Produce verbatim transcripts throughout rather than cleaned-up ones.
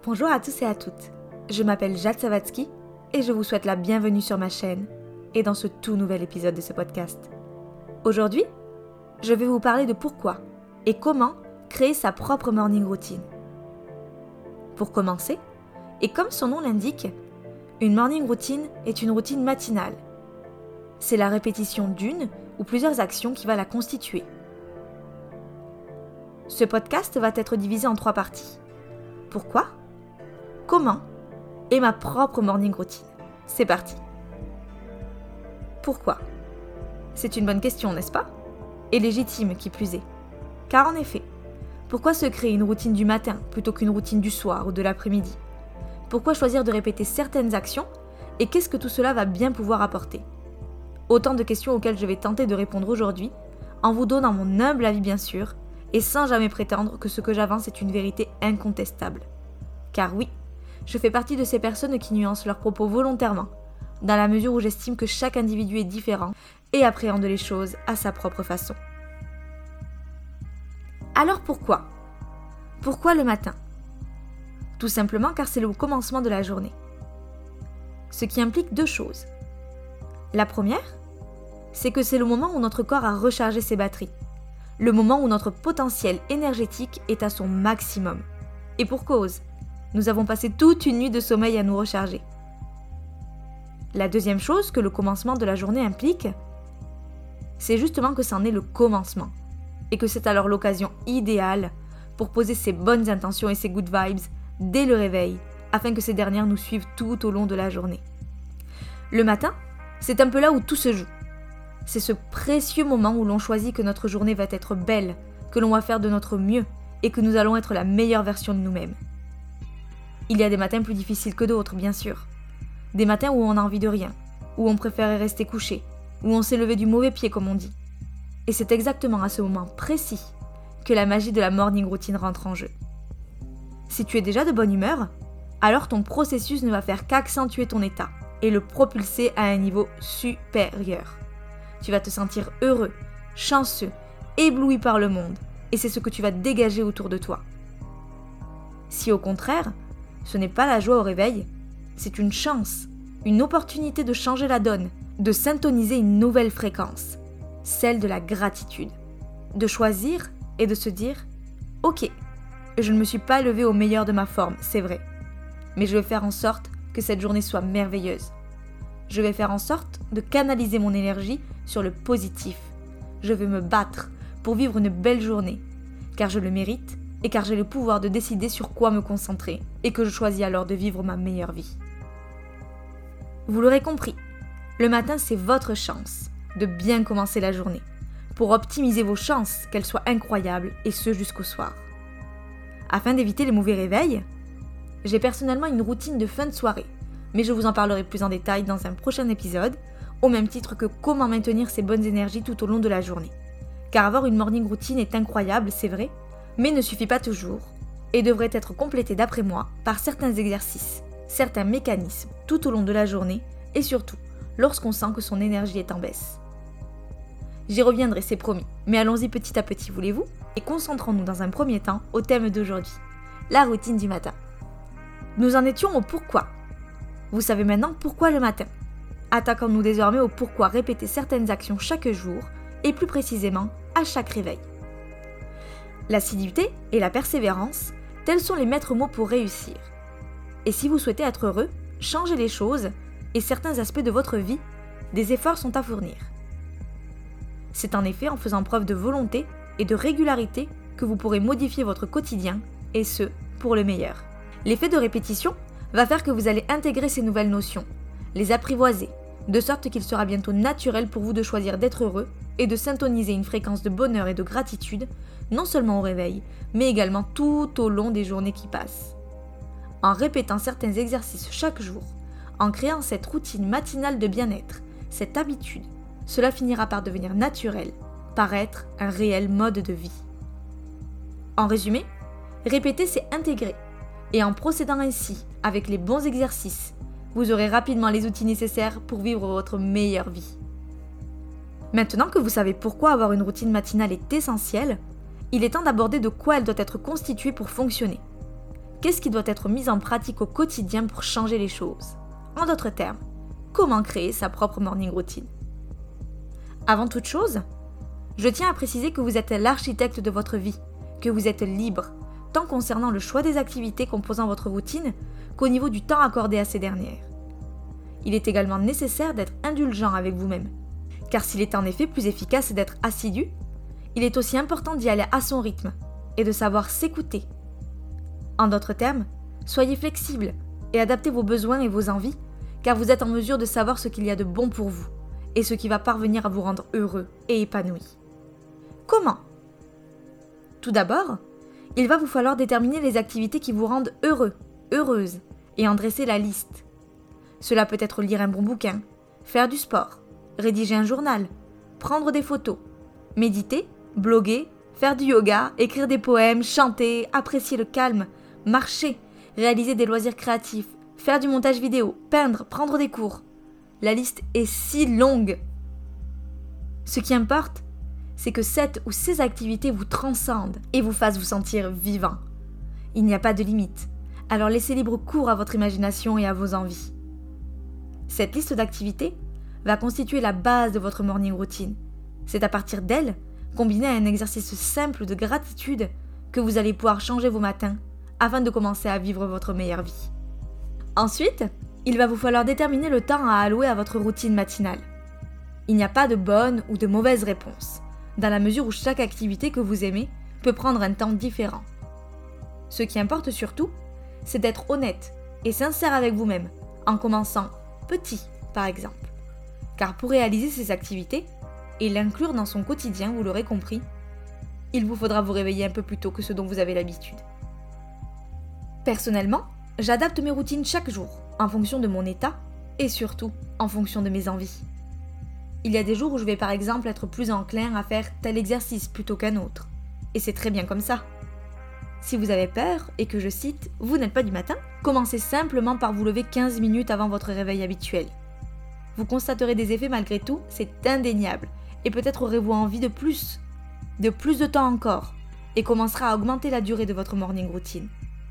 Bonjour à tous et à toutes, je m'appelle Jade Savatsky et je vous souhaite la bienvenue sur ma chaîne et dans ce tout nouvel épisode de ce podcast. Aujourd'hui, je vais vous parler de pourquoi et comment créer sa propre morning routine. Pour commencer, et comme son nom l'indique, une morning routine est une routine matinale. C'est la répétition d'une ou plusieurs actions qui va la constituer. Ce podcast va être divisé en trois parties. Pourquoi ? Comment ? Et ma propre morning routine. C'est parti. Pourquoi ? C'est une bonne question, n'est-ce pas ? Et légitime qui plus est. Car en effet, pourquoi se créer une routine du matin plutôt qu'une routine du soir ou de l'après-midi ? Pourquoi choisir de répéter certaines actions ? Et qu'est-ce que tout cela va bien pouvoir apporter ? Autant de questions auxquelles je vais tenter de répondre aujourd'hui, en vous donnant mon humble avis bien sûr, et sans jamais prétendre que ce que j'avance est une vérité incontestable. Car oui, je fais partie de ces personnes qui nuancent leurs propos volontairement, dans la mesure où j'estime que chaque individu est différent et appréhende les choses à sa propre façon. Alors pourquoi ? Pourquoi le matin ? Tout simplement car c'est le commencement de la journée. Ce qui implique deux choses. La première, c'est que c'est le moment où notre corps a rechargé ses batteries, le moment où notre potentiel énergétique est à son maximum. Et pour cause, nous avons passé toute une nuit de sommeil à nous recharger. La deuxième chose que le commencement de la journée implique, c'est justement que c'en est le commencement, et que c'est alors l'occasion idéale pour poser ses bonnes intentions et ses good vibes dès le réveil, afin que ces dernières nous suivent tout au long de la journée. Le matin, c'est un peu là où tout se joue. C'est ce précieux moment où l'on choisit que notre journée va être belle, que l'on va faire de notre mieux, et que nous allons être la meilleure version de nous-mêmes. Il y a des matins plus difficiles que d'autres, bien sûr. Des matins où on n'a envie de rien, où on préférait rester couché, où on s'est levé du mauvais pied comme on dit. Et c'est exactement à ce moment précis que la magie de la morning routine rentre en jeu. Si tu es déjà de bonne humeur, alors ton processus ne va faire qu'accentuer ton état et le propulser à un niveau supérieur. Tu vas te sentir heureux, chanceux, ébloui par le monde, et c'est ce que tu vas dégager autour de toi. Si au contraire, ce n'est pas la joie au réveil, c'est une chance, une opportunité de changer la donne, de syntoniser une nouvelle fréquence, celle de la gratitude, de choisir et de se dire « Ok, je ne me suis pas levée au meilleur de ma forme, c'est vrai, mais je vais faire en sorte que cette journée soit merveilleuse. Je vais faire en sorte de canaliser mon énergie sur le positif. Je vais me battre pour vivre une belle journée, car je le mérite et car j'ai le pouvoir de décider sur quoi me concentrer et que je choisis alors de vivre ma meilleure vie. » Vous l'aurez compris, le matin c'est votre chance de bien commencer la journée, pour optimiser vos chances qu'elles soient incroyables et ce jusqu'au soir. Afin d'éviter les mauvais réveils, j'ai personnellement une routine de fin de soirée, mais je vous en parlerai plus en détail dans un prochain épisode, au même titre que comment maintenir ses bonnes énergies tout au long de la journée. Car avoir une morning routine est incroyable, c'est vrai, mais ne suffit pas toujours, et devrait être complété d'après moi par certains exercices, certains mécanismes tout au long de la journée, et surtout lorsqu'on sent que son énergie est en baisse. J'y reviendrai, c'est promis, mais allons-y petit à petit, voulez-vous ? Et concentrons-nous dans un premier temps au thème d'aujourd'hui, la routine du matin. Nous en étions au pourquoi. Vous savez maintenant pourquoi le matin. Attaquons-nous désormais au pourquoi répéter certaines actions chaque jour, et plus précisément à chaque réveil. L'assiduité et la persévérance, tels sont les maîtres mots pour réussir. Et si vous souhaitez être heureux, changer les choses et certains aspects de votre vie, des efforts sont à fournir. C'est en effet en faisant preuve de volonté et de régularité que vous pourrez modifier votre quotidien, et ce, pour le meilleur. L'effet de répétition va faire que vous allez intégrer ces nouvelles notions, les apprivoiser, de sorte qu'il sera bientôt naturel pour vous de choisir d'être heureux et de syntoniser une fréquence de bonheur et de gratitude, non seulement au réveil, mais également tout au long des journées qui passent. En répétant certains exercices chaque jour, en créant cette routine matinale de bien-être, cette habitude, cela finira par devenir naturel, par être un réel mode de vie. En résumé, répéter c'est intégrer, et en procédant ainsi, avec les bons exercices, vous aurez rapidement les outils nécessaires pour vivre votre meilleure vie. Maintenant que vous savez pourquoi avoir une routine matinale est essentielle, il est temps d'aborder de quoi elle doit être constituée pour fonctionner. qu'est-ce qui doit être mis en pratique au quotidien pour changer les choses? En d'autres termes, comment créer sa propre morning routine? Avant toute chose, je tiens à préciser que vous êtes l'architecte de votre vie, que vous êtes libre, tant concernant le choix des activités composant votre routine qu'au niveau du temps accordé à ces dernières. Il est également nécessaire d'être indulgent avec vous-même, car s'il est en effet plus efficace d'être assidu, il est aussi important d'y aller à son rythme et de savoir s'écouter. En d'autres termes, soyez flexible et adaptez vos besoins et vos envies, car vous êtes en mesure de savoir ce qu'il y a de bon pour vous et ce qui va parvenir à vous rendre heureux et épanoui. Comment? Tout d'abord, il va vous falloir déterminer les activités qui vous rendent heureux, heureuse, et en dresser la liste. Cela peut être lire un bon bouquin, faire du sport, rédiger un journal, prendre des photos, méditer, bloguer, faire du yoga, écrire des poèmes, chanter, apprécier le calme, marcher, réaliser des loisirs créatifs, faire du montage vidéo, peindre, prendre des cours. La liste est si longue. Ce qui importe, c'est que cette ou ces activités vous transcendent et vous fassent vous sentir vivant. Il n'y a pas de limite, alors laissez libre cours à votre imagination et à vos envies. Cette liste d'activités va constituer la base de votre morning routine. C'est à partir d'elle, combinée à un exercice simple de gratitude, que vous allez pouvoir changer vos matins afin de commencer à vivre votre meilleure vie. Ensuite, il va vous falloir déterminer le temps à allouer à votre routine matinale. Il n'y a pas de bonne ou de mauvaise réponse, dans la mesure où chaque activité que vous aimez peut prendre un temps différent. Ce qui importe surtout, c'est d'être honnête et sincère avec vous-même, en commençant petit, par exemple. Car pour réaliser ces activités, et l'inclure dans son quotidien, vous l'aurez compris, il vous faudra vous réveiller un peu plus tôt que ce dont vous avez l'habitude. Personnellement, j'adapte mes routines chaque jour, en fonction de mon état, et surtout, en fonction de mes envies. Il y a des jours où je vais par exemple être plus enclin à faire tel exercice plutôt qu'un autre. Et c'est très bien comme ça. Si vous avez peur, et que je cite « vous n'êtes pas du matin », commencez simplement par vous lever quinze minutes avant votre réveil habituel. Vous constaterez des effets malgré tout, c'est indéniable. Et peut-être aurez-vous envie de plus, de plus de temps encore, et commencera à augmenter la durée de votre morning routine.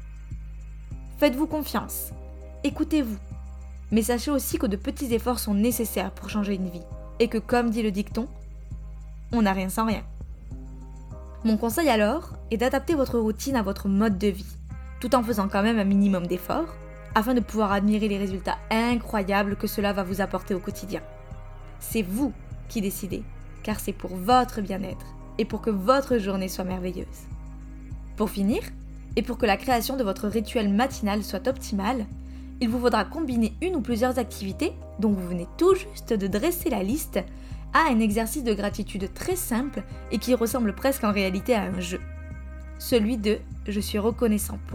Faites-vous confiance, écoutez-vous, mais sachez aussi que de petits efforts sont nécessaires pour changer une vie, et que comme dit le dicton, on n'a rien sans rien. Mon conseil alors est d'adapter votre routine à votre mode de vie, tout en faisant quand même un minimum d'efforts, afin de pouvoir admirer les résultats incroyables que cela va vous apporter au quotidien. C'est vous qui décidez, car c'est pour votre bien-être et pour que votre journée soit merveilleuse. Pour finir, et pour que la création de votre rituel matinal soit optimale, il vous faudra combiner une ou plusieurs activités dont vous venez tout juste de dresser la liste à un exercice de gratitude très simple et qui ressemble presque en réalité à un jeu. Celui de « Je suis reconnaissant pour ».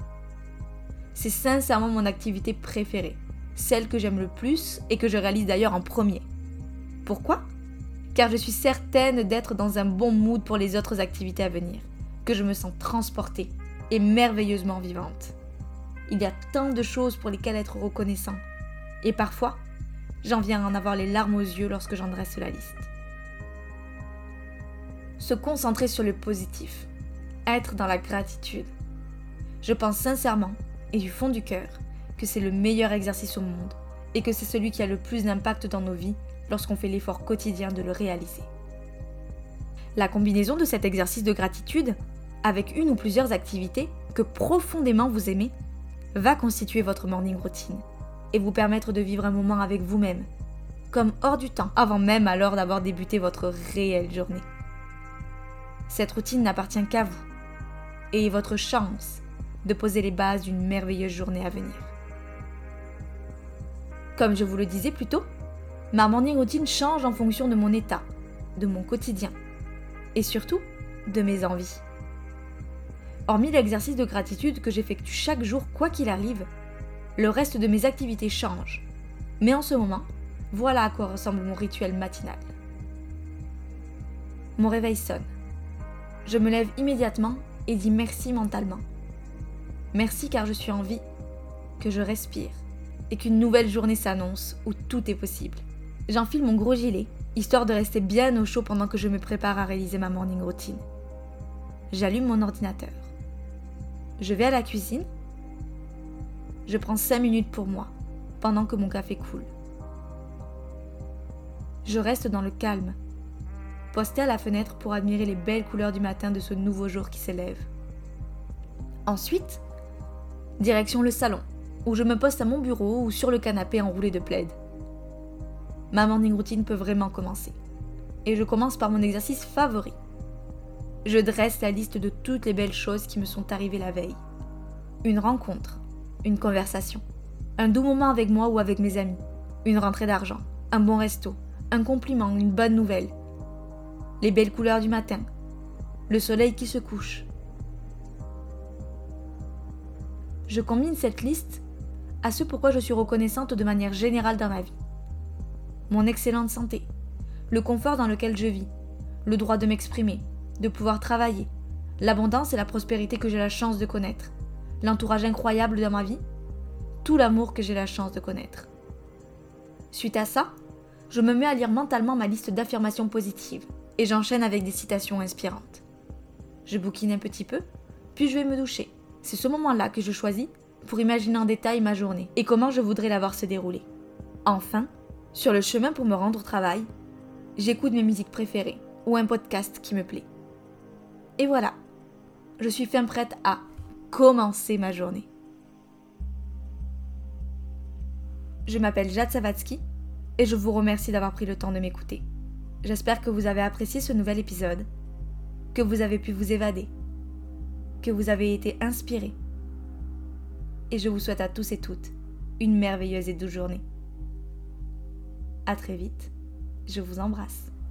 C'est sincèrement mon activité préférée, celle que j'aime le plus et que je réalise d'ailleurs en premier. Pourquoi ? Car je suis certaine d'être dans un bon mood pour les autres activités à venir, que je me sens transportée et merveilleusement vivante. Il y a tant de choses pour lesquelles être reconnaissant, et parfois, j'en viens à en avoir les larmes aux yeux lorsque j'en dresse la liste. Se concentrer sur le positif, être dans la gratitude. Je pense sincèrement, et du fond du cœur, que c'est le meilleur exercice au monde, et que c'est celui qui a le plus d'impact dans nos vies lorsqu'on fait l'effort quotidien de le réaliser. La combinaison de cet exercice de gratitude, avec une ou plusieurs activités que profondément vous aimez, va constituer votre morning routine et vous permettre de vivre un moment avec vous-même, comme hors du temps, avant même alors d'avoir débuté votre réelle journée. Cette routine n'appartient qu'à vous et est votre chance de poser les bases d'une merveilleuse journée à venir. Comme je vous le disais plus tôt, ma morning routine change en fonction de mon état, de mon quotidien et surtout de mes envies. Hormis l'exercice de gratitude que j'effectue chaque jour quoi qu'il arrive, le reste de mes activités change. Mais en ce moment, voilà à quoi ressemble mon rituel matinal. Mon réveil sonne. Je me lève immédiatement et dis merci mentalement. Merci car je suis en vie, que je respire et qu'une nouvelle journée s'annonce où tout est possible. J'enfile mon gros gilet, histoire de rester bien au chaud pendant que je me prépare à réaliser ma morning routine. J'allume mon ordinateur. Je vais à la cuisine Je prends cinq minutes pour moi, pendant que mon café coule. Je reste dans le calme, posté à la fenêtre pour admirer les belles couleurs du matin de ce nouveau jour qui s'élève. Ensuite, direction le salon, où je me poste à mon bureau ou sur le canapé enroulé de plaid. Ma morning routine peut vraiment commencer. Et je commence par mon exercice favori. Je dresse la liste de toutes les belles choses qui me sont arrivées la veille. Une rencontre, une conversation, un doux moment avec moi ou avec mes amis, une rentrée d'argent, un bon resto, un compliment, une bonne nouvelle, les belles couleurs du matin, le soleil qui se couche. Je combine cette liste à ce pourquoi je suis reconnaissante de manière générale dans ma vie. Mon excellente santé, le confort dans lequel je vis, le droit de m'exprimer, de pouvoir travailler, l'abondance et la prospérité que j'ai la chance de connaître, l'entourage incroyable dans ma vie, tout l'amour que j'ai la chance de connaître. Suite à ça, je me mets à lire mentalement ma liste d'affirmations positives et j'enchaîne avec des citations inspirantes. Je bouquine un petit peu, puis je vais me doucher. C'est ce moment-là que je choisis pour imaginer en détail ma journée et comment je voudrais la voir se dérouler. Enfin, sur le chemin pour me rendre au travail, j'écoute mes musiques préférées ou un podcast qui me plaît. Et voilà, je suis fin prête à commencer ma journée. Je m'appelle Jade Savatsky et je vous remercie d'avoir pris le temps de m'écouter. J'espère que vous avez apprécié ce nouvel épisode, que vous avez pu vous évader, que vous avez été inspirés. Et je vous souhaite à tous et toutes une merveilleuse et douce journée. À très vite, je vous embrasse.